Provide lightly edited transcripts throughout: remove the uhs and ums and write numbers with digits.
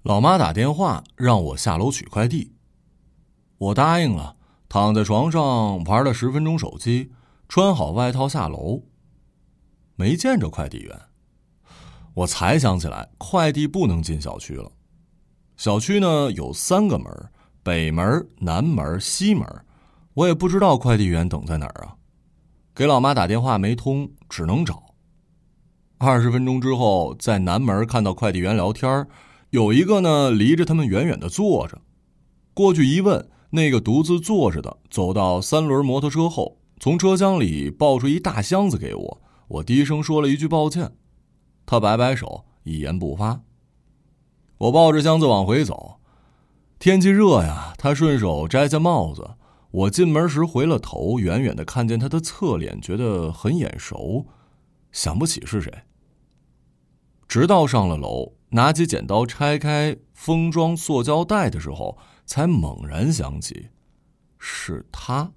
老妈打电话让我下楼取快递，我答应了，躺在床上玩了10分钟手机，穿好外套下楼，没见着快递员。我才想起来快递不能进小区了。小区呢有3个门，北门、南门、西门，我也不知道快递员等在哪儿啊。给老妈打电话没通，只能找。20分钟之后，在南门看到快递员聊天，有一个呢离着他们远远地坐着。过去一问，那个独自坐着的走到3轮摩托车后，从车厢里抱出一大箱子给我，我低声说了一句抱歉，他摆摆手，一言不发。我抱着箱子往回走，天气热呀，他顺手摘下帽子。我进门时回了头，远远地看见他的侧脸，觉得很眼熟，想不起是谁。直到上了楼，拿起剪刀拆开封装塑胶袋的时候，才猛然想起，是他。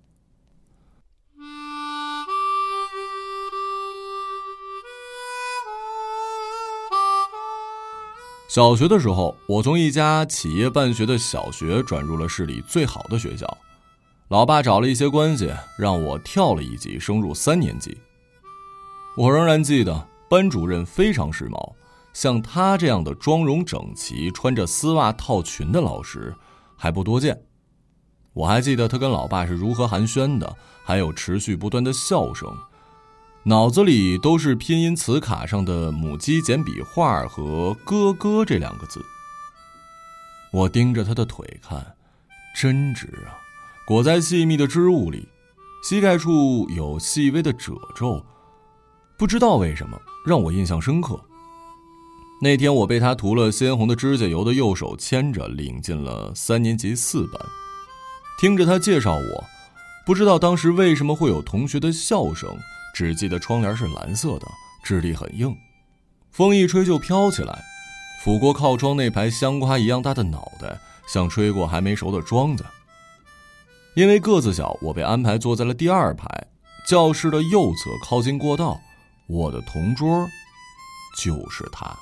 小学的时候，我从一家企业办学的小学转入了市里最好的学校。老爸找了一些关系，让我跳了一级，升入3年级。我仍然记得班主任非常时髦，像他这样的妆容整齐、穿着丝袜套裙的老师还不多见。我还记得他跟老爸是如何寒暄的，还有持续不断的笑声，脑子里都是拼音词卡上的母鸡简笔画和哥哥这2个字。我盯着他的腿看，真直啊，裹在细密的织物里，膝盖处有细微的褶皱，不知道为什么让我印象深刻。那天我被他涂了鲜红的指甲油的右手牵着领进了3年级4班，听着他介绍我，不知道当时为什么会有同学的笑声，只记得窗帘是蓝色的，质地很硬，风一吹就飘起来，抚过靠窗那排香瓜一样大的脑袋，像吹过还没熟的庄稼。因为个子小，我被安排坐在了第2排，教室的右侧靠近过道，我的同桌就是他。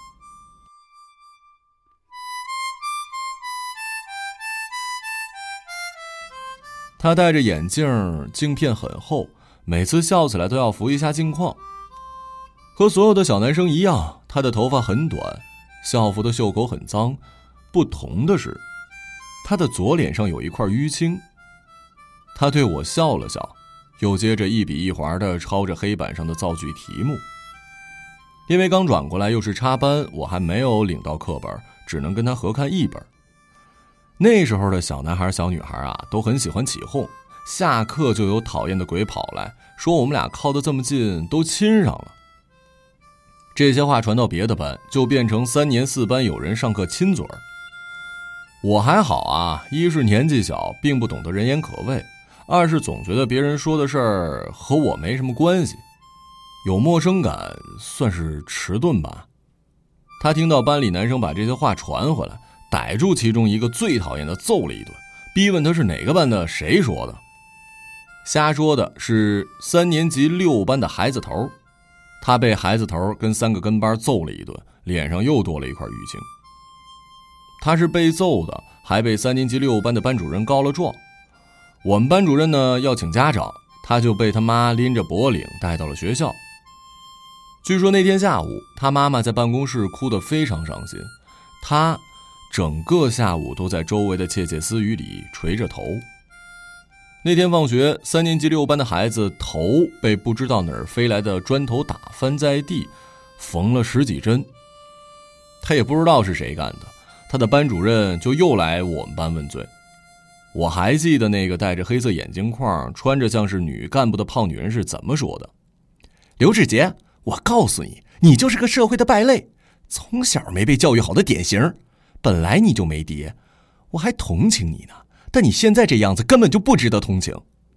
他戴着眼镜，镜片很厚，每次笑起来都要扶一下镜框。和所有的小男生一样，他的头发很短，校服的袖口很脏，不同的是，他的左脸上有一块淤青。他对我笑了笑，又接着一笔一划地抄着黑板上的造句题目。因为刚转过来又是插班，我还没有领到课本，只能跟他合看一本。那时候的小男孩小女孩啊，都很喜欢起哄，下课就有讨厌的鬼跑来说我们俩靠得这么近，都亲上了。这些话传到别的班，就变成3年4班有人上课亲嘴儿。我还好啊，一是年纪小，并不懂得人言可畏，二是总觉得别人说的事儿和我没什么关系，有陌生感，算是迟钝吧。他听到班里男生把这些话传回来，逮住其中一个最讨厌的揍了一顿，逼问他是哪个班的，谁说的。瞎说的是3年级6班的孩子头，他被孩子头跟3个跟班揍了一顿，脸上又多了一块淤青。他是被揍的，还被3年级6班的班主任告了状。我们班主任呢要请家长，他就被他妈拎着脖领带到了学校。据说那天下午，他妈妈在办公室哭得非常伤心，他整个下午都在周围的窃窃私语里垂着头。那天放学，3年级6班的孩子头被不知道哪儿飞来的砖头打翻在地，缝了10几针。他也不知道是谁干的，他的班主任就又来我们班问罪。我还记得那个戴着黑色眼镜框，穿着像是女干部的胖女人是怎么说的：刘志杰，我告诉你，你就是个社会的败类，从小没被教育好的典型，本来你就没爹，我还同情你呢，但你现在这样子根本就不值得同情。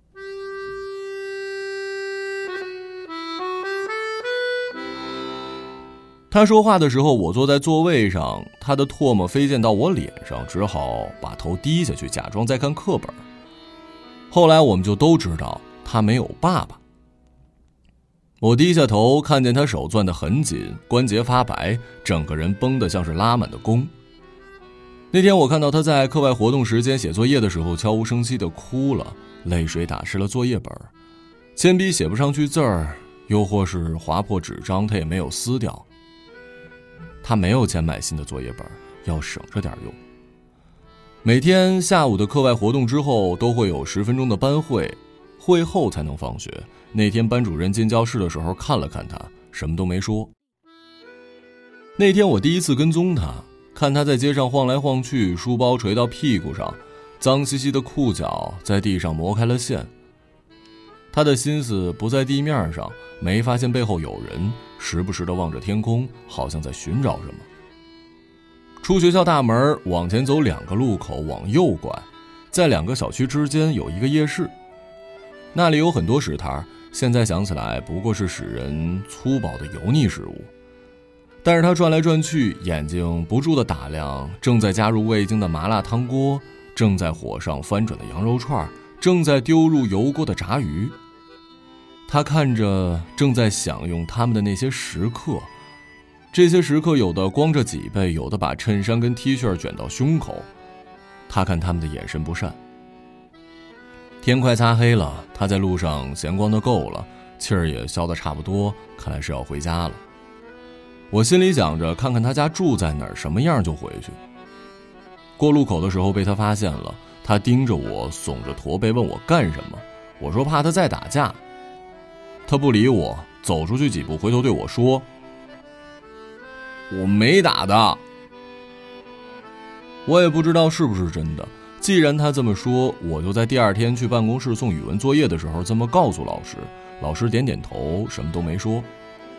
他说话的时候，我坐在座位上，他的唾沫飞溅到我脸上，只好把头低下去，假装在看课本。后来我们就都知道他没有爸爸。我低下头，看见他手攥得很紧，关节发白，整个人绷得像是拉满的弓。 那天我看到他在课外活动时间写作业的时候悄无声息地哭了，泪水打湿了作业本，铅笔写不上去字儿，又或是划破纸张他也没有撕掉。他没有钱买新的作业本，要省着点用。每天下午的课外活动之后都会有10分钟的班会，会后才能放学。那天班主任进教室的时候看了看他，什么都没说。那天我第一次跟踪他，看他在街上晃来晃去，书包垂到屁股上，脏兮兮的裤脚在地上磨开了线。他的心思不在地面上，没发现背后有人，时不时地望着天空，好像在寻找什么。出学校大门往前走2个路口，往右拐，在2个小区之间有一个夜市，那里有很多食摊，现在想起来不过是使人粗暴的油腻食物。但是他转来转去，眼睛不住地打量正在加入味精的麻辣汤锅，正在火上翻转的羊肉串，正在丢入油锅的炸鱼。他看着正在享用他们的那些食客，这些食客有的光着脊背，有的把衬衫跟 T 恤卷到胸口。他看他们的眼神不善。天快擦黑了，他在路上闲逛得够了，气儿也消得差不多，看来是要回家了。我心里想着看看他家住在哪儿，什么样就回去。过路口的时候被他发现了，他盯着我，耸着驼背问我干什么。我说怕他再打架。他不理我，走出去几步，回头对我说：“我没打的。”我也不知道是不是真的，既然他这么说，我就在第2天去办公室送语文作业的时候这么告诉老师。老师点点头，什么都没说。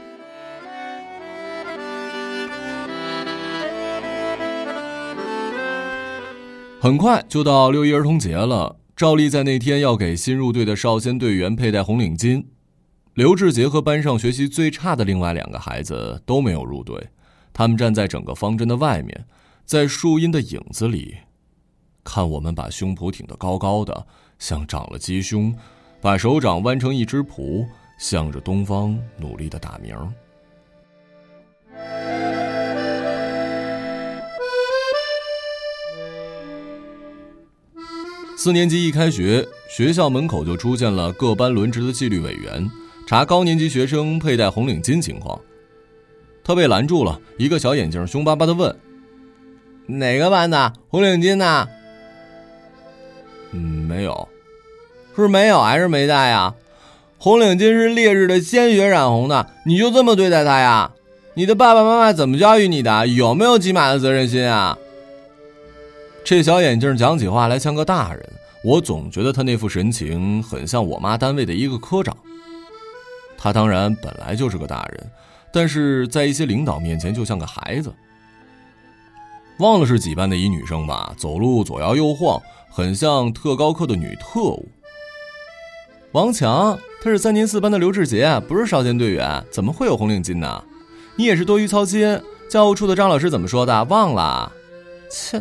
很快就到6一儿童节了，照例在那天要给新入队的少先队员佩戴红领巾。刘志杰和班上学习最差的另外2个孩子都没有入队，他们站在整个方阵的外面，在树荫的影子里，看我们把胸脯挺得高高的，像长了鸡胸，把手掌弯成一只蹼，向着东方努力的打鸣。4年级一开学，学校门口就出现了各班轮值的纪律委员，查高年级学生佩戴红领巾情况。他被拦住了，一个小眼镜凶巴巴地问：“哪个班的红领巾呢？”没有。是没有还是没戴呀？红领巾是烈日的鲜血染红的，你就这么对待他呀？你的爸爸妈妈怎么教育你的？有没有起码的责任心啊？这小眼镜讲起话来像个大人，我总觉得他那副神情很像我妈单位的一个科长。他当然本来就是个大人，但是在一些领导面前就像个孩子。忘了是几班的一女生吧，走路左摇右晃，很像特高课的女特务。王强，他是3年4班的刘志杰，不是少先队员，怎么会有红领巾呢？你也是多余操心，教务处的张老师怎么说的？忘了？切！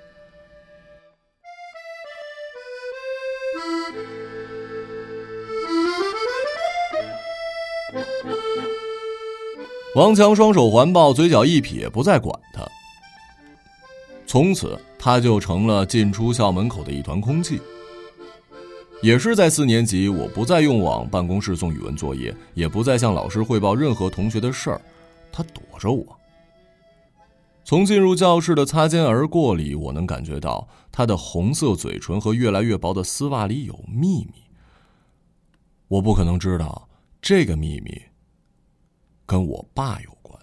王强双手环抱，嘴角一撇，不再管他。从此他就成了进出校门口的一团空气。也是在4年级，我不再用往办公室送语文作业，也不再向老师汇报任何同学的事儿，他躲着我。从进入教室的擦肩而过里，我能感觉到他的红色嘴唇和越来越薄的丝袜里有秘密。我不可能知道这个秘密跟我爸有关。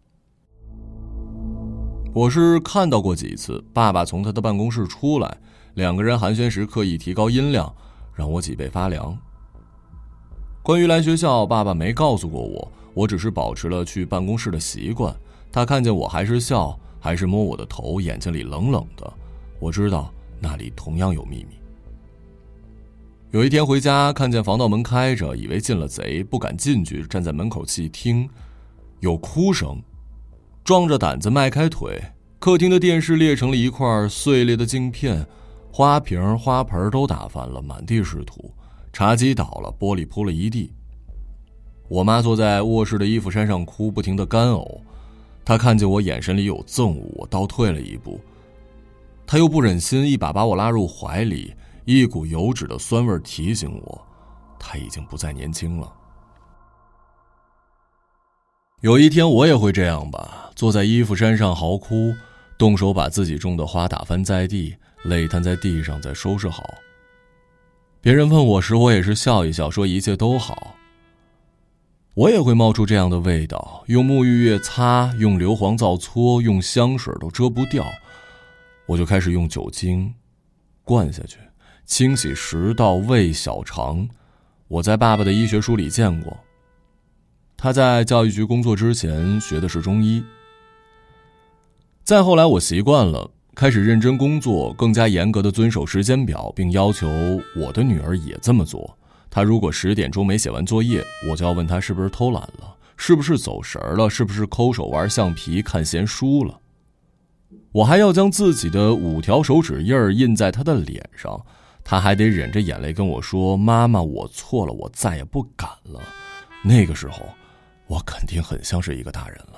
我是看到过几次爸爸从他的办公室出来，2个人寒暄时刻意提高音量，让我脊背发凉。关于来学校，爸爸没告诉过我，我只是保持了去办公室的习惯。他看见我还是笑，还是摸我的头，眼睛里冷冷的，我知道那里同样有秘密。有一天回家，看见防盗门开着，以为进了贼，不敢进去，站在门口细听，有哭声，壮着胆子迈开腿，客厅的电视裂成了一块碎裂的镜片，花瓶花盆都打翻了，满地是土，茶几倒了，玻璃铺了一地。我妈坐在卧室的衣服山上哭，不停地干呕。她看见我眼神里有憎恶，我倒退了一步。 他又不忍心一把把我拉入怀里，一股油脂的酸味提醒我，他已经不再年轻了。有一天我也会这样吧，坐在衣服山上嚎哭，动手把自己种的花打翻在地，累瘫在地上再收拾好。别人问我时，我也是笑一笑，说一切都好。我也会冒出这样的味道，用沐浴液擦，用硫磺皂搓，用香水都遮不掉。我就开始用酒精灌下去，清洗食道、胃、小肠。我在爸爸的医学书里见过，他在教育局工作之前学的是中医。再后来我习惯了，开始认真工作，更加严格地遵守时间表，并要求我的女儿也这么做。她如果10点钟没写完作业，我就要问她是不是偷懒了，是不是走神了，是不是抠手玩橡皮看闲书了。我还要将自己的5条手指印印在她的脸上，她还得忍着眼泪跟我说，妈妈，我错了，我再也不敢了。那个时候我肯定很像是一个大人了。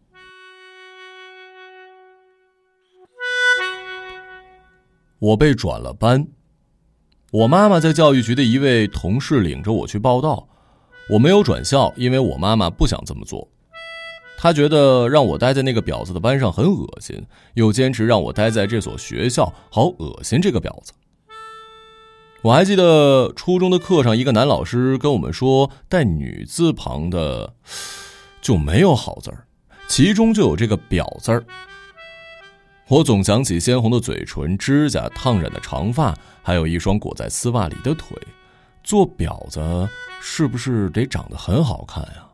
我被转了班，我妈妈在教育局的一位同事领着我去报到。我没有转校，因为我妈妈不想这么做。她觉得让我待在那个婊子的班上很恶心，又坚持让我待在这所学校，好恶心这个婊子。我还记得初中的课上，一个男老师跟我们说，带女字旁的就没有好字儿，其中就有这个婊字儿。我总想起鲜红的嘴唇、指甲、烫染的长发，还有一双裹在丝袜里的腿。做婊子是不是得长得很好看呀？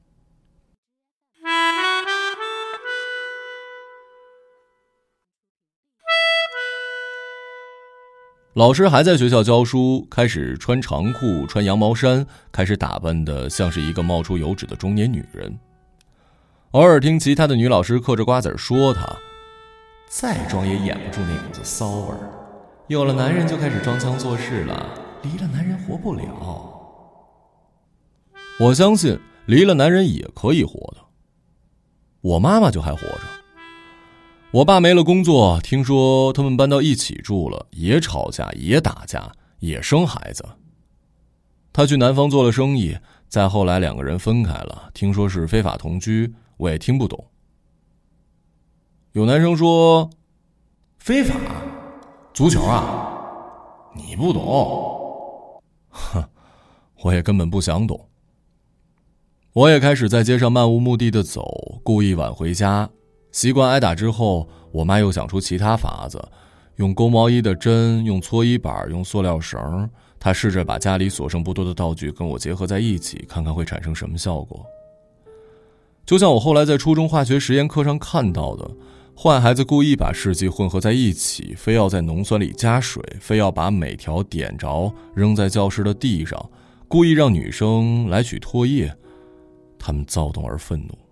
老师还在学校教书，开始穿长裤、穿羊毛衫，开始打扮得像是一个冒出油脂的中年女人。偶尔听其他的女老师嗑着瓜子说她，再装也掩不住那股子骚味儿，有了男人就开始装腔作势了，离了男人活不了。我相信离了男人也可以活的，我妈妈就还活着。我爸没了工作，听说他们搬到一起住了，也吵架，也打架，也生孩子。他去南方做了生意，再后来2个人分开了，听说是非法同居，我也听不懂。有男生说，非法足球啊，你不懂。哼，我也根本不想懂。我也开始在街上漫无目的的走，故意晚回家。习惯挨打之后，我妈又想出其他法子，用勾毛衣的针，用搓衣板，用塑料绳。她试着把家里所剩不多的道具跟我结合在一起，看看会产生什么效果。就像我后来在初中化学实验课上看到的，坏孩子故意把试剂混合在一起，非要在浓酸里加水，非要把每条点着扔在教室的地上，故意让女生来取唾液，他们躁动而愤怒。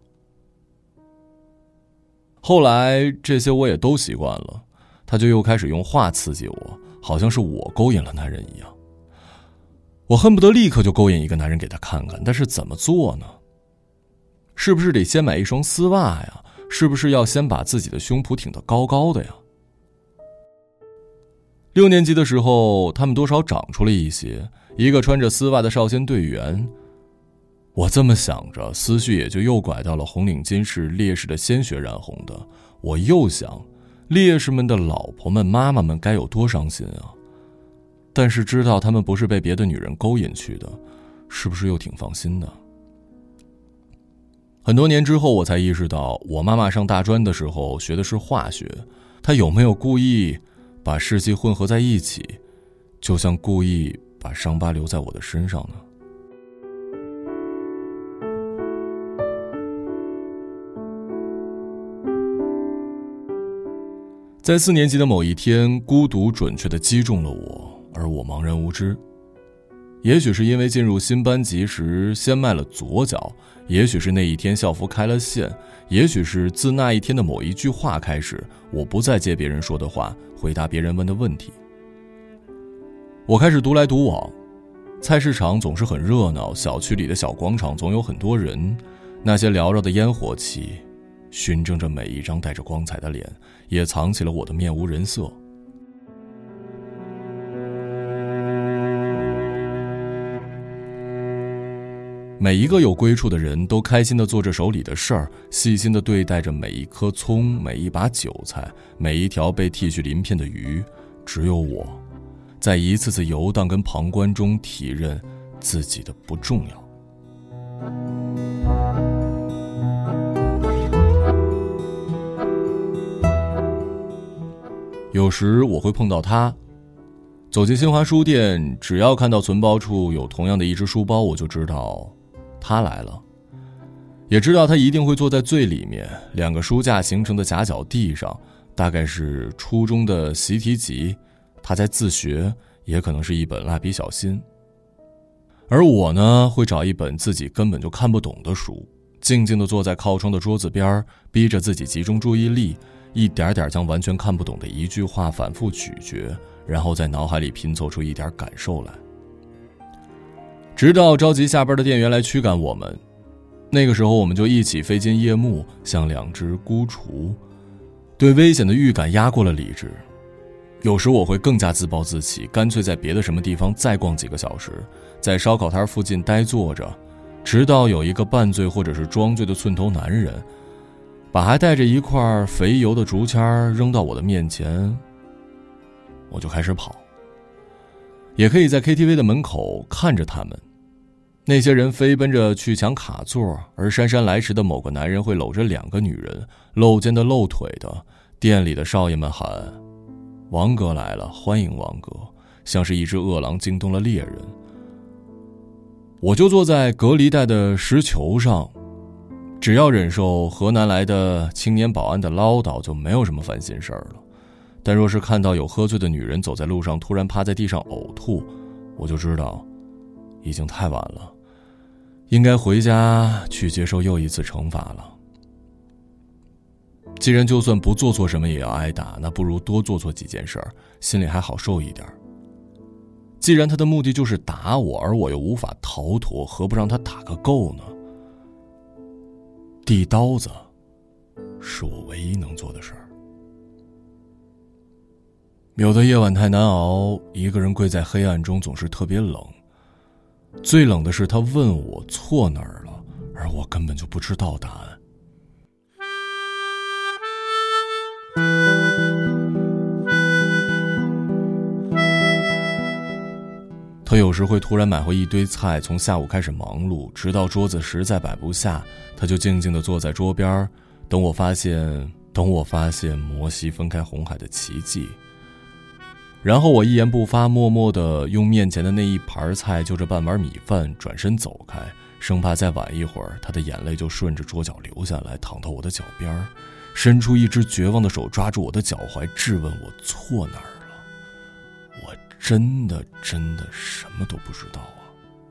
后来这些我也都习惯了，他就又开始用话刺激我，好像是我勾引了男人一样。我恨不得立刻就勾引一个男人给他看看，但是怎么做呢？是不是得先买一双丝袜呀？是不是要先把自己的胸脯挺得高高的呀？6年级的时候，他们多少长出了一些，一个穿着丝袜的少先队员。我这么想着，思绪也就又拐到了红领巾是烈士的鲜血染红的。我又想，烈士们的老婆们、妈妈们该有多伤心啊！但是知道他们不是被别的女人勾引去的，是不是又挺放心的？很多年之后，我才意识到，我妈妈上大专的时候学的是化学，她有没有故意把试剂混合在一起，就像故意把伤疤留在我的身上呢？在4年级的某一天，孤独准确地击中了我，而我茫然无知。也许是因为进入新班级时先迈了左脚，也许是那一天校服开了线，也许是自那一天的某一句话开始，我不再接别人说的话，回答别人问的问题。我开始独来独往，菜市场总是很热闹，小区里的小广场总有很多人，那些缭绕的烟火气熏蒸着每一张带着光彩的脸，也藏起了我的面无人色。每一个有归处的人都开心地做着手里的事儿，细心地对待着每一颗葱，每一把韭菜，每一条被剃去鳞片的鱼。只有我，在一次次游荡跟旁观中体认自己的不重要。有时我会碰到他，走进新华书店，只要看到存包处有同样的一只书包，我就知道他来了，也知道他一定会坐在最里面，两个书架形成的夹角地上，大概是初中的习题集，他在自学，也可能是一本蜡笔小新。而我呢，会找一本自己根本就看不懂的书，静静地坐在靠窗的桌子边，逼着自己集中注意力，一点点将完全看不懂的一句话反复咀嚼，然后在脑海里拼凑出一点感受来。直到着急下班的店员来驱赶我们，那个时候我们就一起飞进夜幕，像两只孤雏，对危险的预感压过了理智。有时我会更加自暴自弃，干脆在别的什么地方再逛几个小时，在烧烤摊附近呆坐着，直到有一个半醉或者是装醉的寸头男人把还带着一块肥油的竹签扔到我的面前，我就开始跑。也可以在 KTV 的门口看着他们，那些人飞奔着去抢卡座，而姗姗来迟的某个男人会搂着两个女人，露肩的露腿的，店里的少爷们喊王哥来了，欢迎王哥，像是一只饿狼惊动了猎人。我就坐在隔离带的石球上，只要忍受河南来的青年保安的唠叨，就没有什么烦心事儿了。但若是看到有喝醉的女人走在路上突然趴在地上呕吐，我就知道已经太晚了，应该回家去接受又一次惩罚了。既然就算不做错什么也要挨打，那不如多做错几件事儿，心里还好受一点。既然他的目的就是打我，而我又无法逃脱，何不让他打个够呢？递刀子是我唯一能做的事儿。有的夜晚太难熬，一个人跪在黑暗中总是特别冷。最冷的是他问我错哪儿了，而我根本就不知道答案。他有时会突然买回一堆菜，从下午开始忙碌，直到桌子实在摆不下，他就静静地坐在桌边，等我发现摩西分开红海的奇迹。然后我一言不发，默默地用面前的那一盘菜就着半碗米饭转身走开，生怕再晚一会儿他的眼泪就顺着桌角流下来，淌到我的脚边，伸出一只绝望的手抓住我的脚踝，质问我错哪儿了。我真的什么都不知道啊。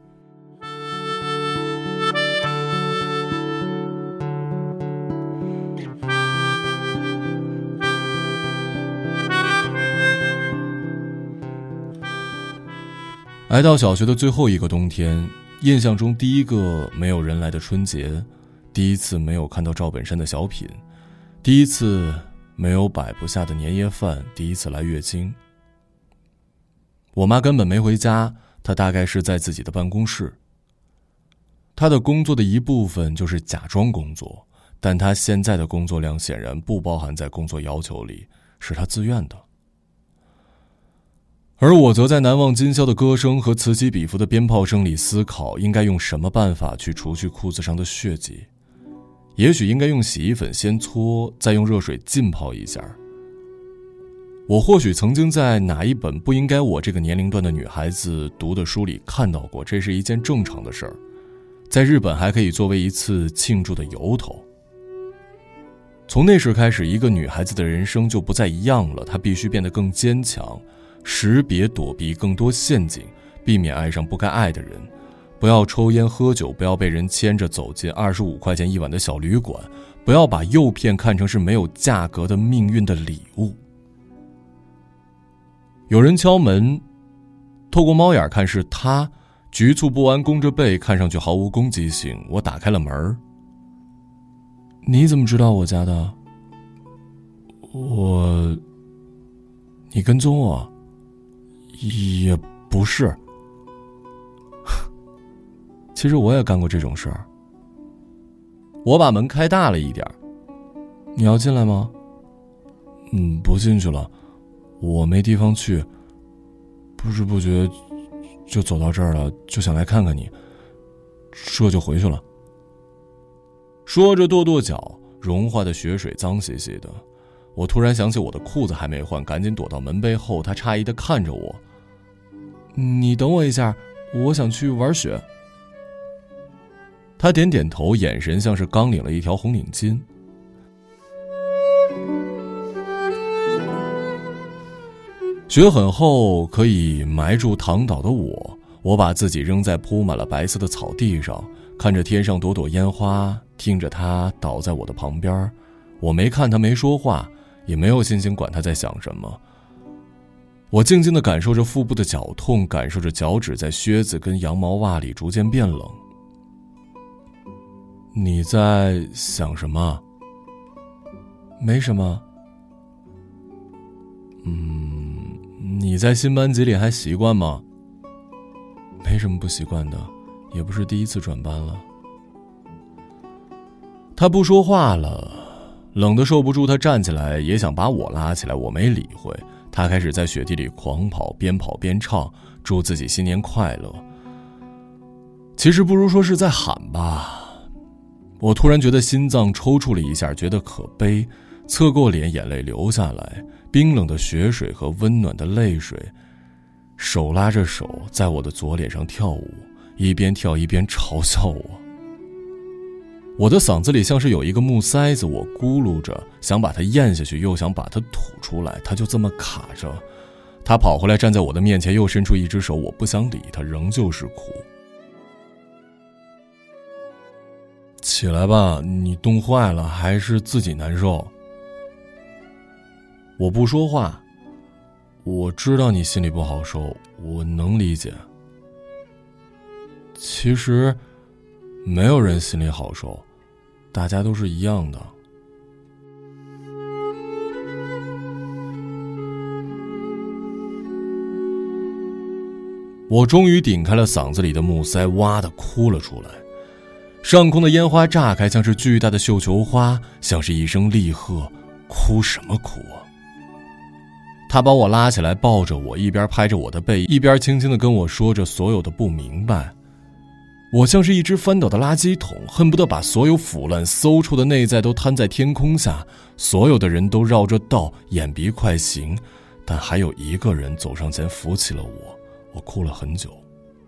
来到小学的最后一个冬天，印象中第一个没有人来的春节，第一次没有看到赵本山的小品，第一次没有摆不下的年夜饭，第一次来月经。我妈根本没回家，她大概是在自己的办公室。她的工作的一部分就是假装工作，但她现在的工作量显然不包含在工作要求里，是她自愿的。而我则在难忘今宵的歌声和此起彼伏的鞭炮声里思考，应该用什么办法去除去裤子上的血迹。也许应该用洗衣粉先搓，再用热水浸泡一下。我或许曾经在哪一本不应该我这个年龄段的女孩子读的书里看到过，这是一件正常的事儿，在日本还可以作为一次庆祝的由头。从那时开始，一个女孩子的人生就不再一样了，她必须变得更坚强，识别躲避更多陷阱，避免爱上不该爱的人，不要抽烟喝酒，不要被人牵着走进25块钱一晚的小旅馆，不要把诱骗看成是没有价格的命运的礼物。有人敲门，透过猫眼看是他，局促不安弓着背，看上去毫无攻击性。我打开了门。 你怎么知道我家的？你跟踪我？也不是。其实我也干过这种事儿。我把门开大了一点。你要进来吗？不进去了，我没地方去。不知不觉就走到这儿了，就想来看看你，这就回去了。说着跺跺脚，融化的血水脏兮兮的。我突然想起我的裤子还没换，赶紧躲到门背后。他诧异地看着我，你等我一下，我想去玩雪。他点点头，眼神像是刚领了一条红领巾。雪很厚，可以埋住躺倒的我把自己扔在铺满了白色的草地上，看着天上朵朵烟花，听着他倒在我的旁边。我没看他，没说话，也没有心情管他在想什么。我静静地感受着腹部的绞痛，感受着脚趾在靴子跟羊毛袜里逐渐变冷。你在想什么？没什么。你在新班级里还习惯吗？没什么不习惯的，也不是第一次转班了。他不说话了，冷得受不住，他站起来也想把我拉起来，我没理会。他开始在雪地里狂跑，边跑边唱，祝自己新年快乐。其实不如说是在喊吧。我突然觉得心脏抽搐了一下，觉得可悲，侧过脸，眼泪流下来，冰冷的雪水和温暖的泪水，手拉着手在我的左脸上跳舞，一边跳一边嘲笑我。我的嗓子里像是有一个木塞子，我咕噜着，想把它咽下去，又想把它吐出来，它就这么卡着。他跑回来站在我的面前，又伸出一只手，我不想理他，仍旧是哭。起来吧，你冻坏了，还是自己难受。我不说话，我知道你心里不好受，我能理解。其实没有人心里好受，大家都是一样的。我终于顶开了嗓子里的木塞，哇地哭了出来。上空的烟花炸开，像是巨大的绣球花，像是一声厉喝。哭什么哭啊？他把我拉起来，抱着我，一边拍着我的背，一边轻轻地跟我说着所有的不明白。我像是一只翻倒的垃圾桶，恨不得把所有腐烂馊臭的内在都摊在天空下。所有的人都绕着道，眼鼻快行，但还有一个人走上前扶起了我。我哭了很久。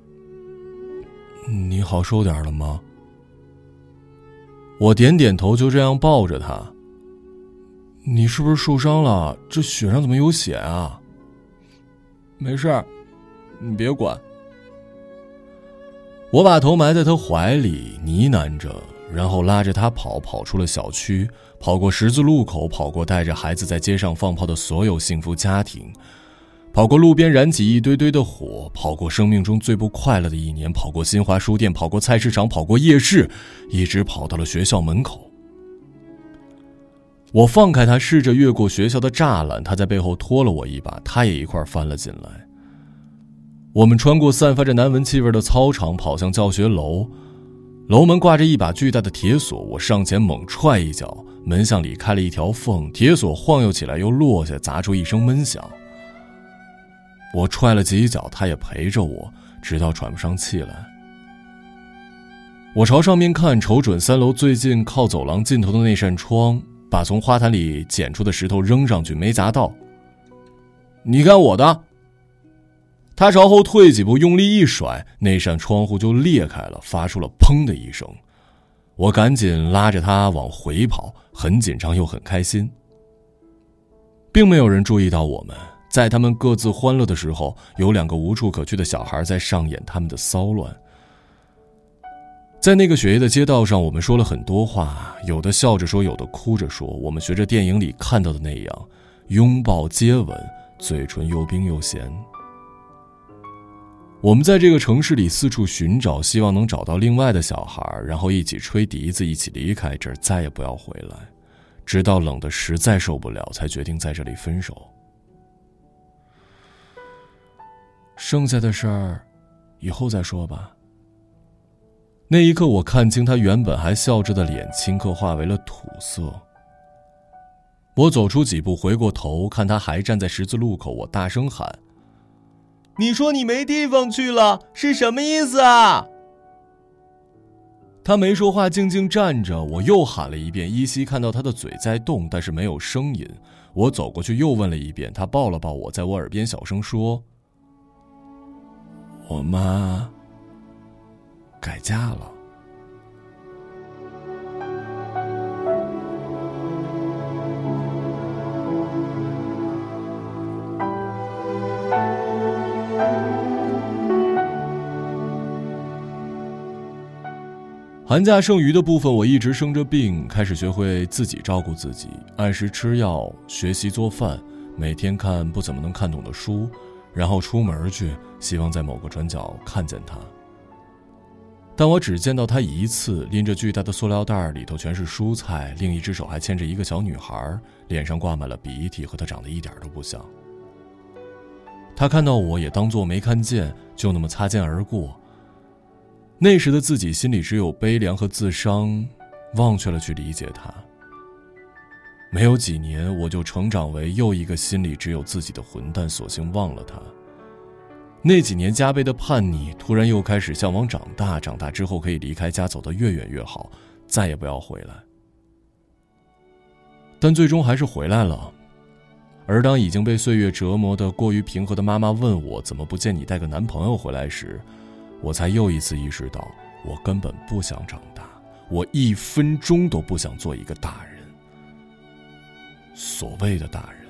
你好受点了吗？我点点头，就这样抱着他。你是不是受伤了？这雪上怎么有血啊？没事，你别管。我把头埋在他怀里，呢喃着，然后拉着他跑出了小区，跑过十字路口，跑过带着孩子在街上放炮的所有幸福家庭，跑过路边燃起一堆堆的火，跑过生命中最不快乐的一年，跑过新华书店，跑过菜市场，跑过夜市，一直跑到了学校门口。我放开他，试着越过学校的栅栏，他在背后拖了我一把，他也一块翻了进来。我们穿过散发着难闻气味的操场，跑向教学楼。楼门挂着一把巨大的铁锁，我上前猛踹一脚，门向里开了一条缝，铁锁晃悠起来又落下，砸出一声闷响。我踹了几脚，他也陪着我，直到喘不上气来。我朝上面看，瞅准3楼最近靠走廊尽头的那扇窗，把从花坛里捡出的石头扔上去，没砸到。你干我的！他朝后退几步，用力一甩，那扇窗户就裂开了，发出了砰的一声。我赶紧拉着他往回跑，很紧张又很开心。并没有人注意到我们，在他们各自欢乐的时候，有2个无处可去的小孩在上演他们的骚乱。在那个雪夜的街道上，我们说了很多话，有的笑着说，有的哭着说，我们学着电影里看到的那样，拥抱接吻，嘴唇又冰又咸。 我们在这个城市里四处寻找，希望能找到另外的小孩，然后一起吹笛子，一起离开这儿，再也不要回来，直到冷得实在受不了，才决定在这里分手。剩下的事儿以后再说吧。那一刻，我看清他原本还笑着的脸顷刻化为了土色。我走出几步，回过头看他还站在十字路口，我大声喊：你说你没地方去了，是什么意思啊？他没说话，静静站着。我又喊了一遍，依稀看到他的嘴在动，但是没有声音。我走过去又问了一遍，他抱了抱我，在我耳边小声说：我妈改嫁了。寒假剩余的部分，我一直生着病，开始学会自己照顾自己，按时吃药，学习做饭，每天看不怎么能看懂的书，然后出门去，希望在某个转角看见他。但我只见到他一次，拎着巨大的塑料袋，里头全是蔬菜，另一只手还牵着一个小女孩，脸上挂满了鼻涕，和他长得一点都不像。他看到我也当作没看见，就那么擦肩而过。那时的自己心里只有悲凉和自伤，忘却了去理解他。没有几年，我就成长为又一个心里只有自己的混蛋，索性忘了他。那几年加倍的叛逆，突然又开始向往长大，长大之后可以离开家，走得越远越好，再也不要回来。但最终还是回来了。而当已经被岁月折磨得过于平和的妈妈问我怎么不见你带个男朋友回来时，我才又一次意识到，我根本不想长大，我1分钟都不想做一个大人，所谓的大人。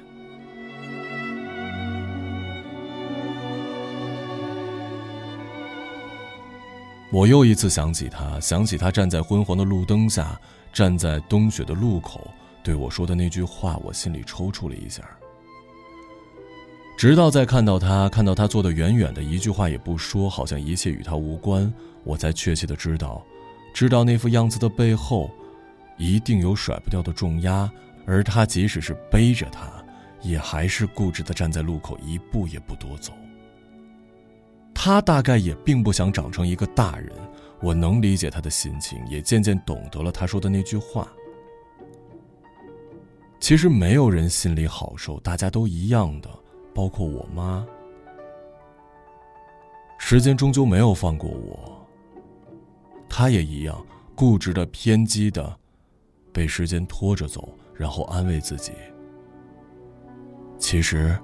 我又一次想起他，想起他站在昏黄的路灯下，站在冬雪的路口，对我说的那句话，我心里抽搐了一下。直到再看到他坐得远远的，一句话也不说，好像一切与他无关，我才确切的知道那副样子的背后一定有甩不掉的重压，而他即使是背着他，也还是固执地站在路口，一步也不多走。他大概也并不想长成一个大人，我能理解他的心情，也渐渐懂得了他说的那句话。其实没有人心里好受，大家都一样的，包括我妈。时间终究没有放过我，她也一样，固执的、偏激的，被时间拖着走，然后安慰自己，其实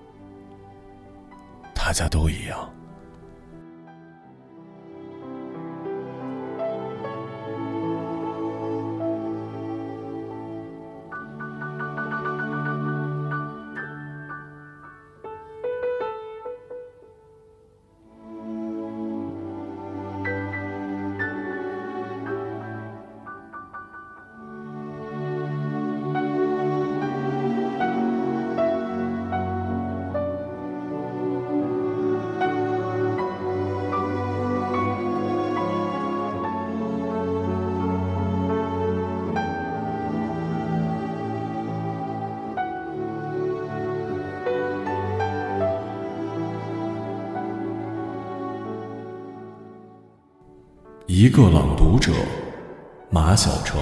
大家都一样。一个朗读者，马晓成。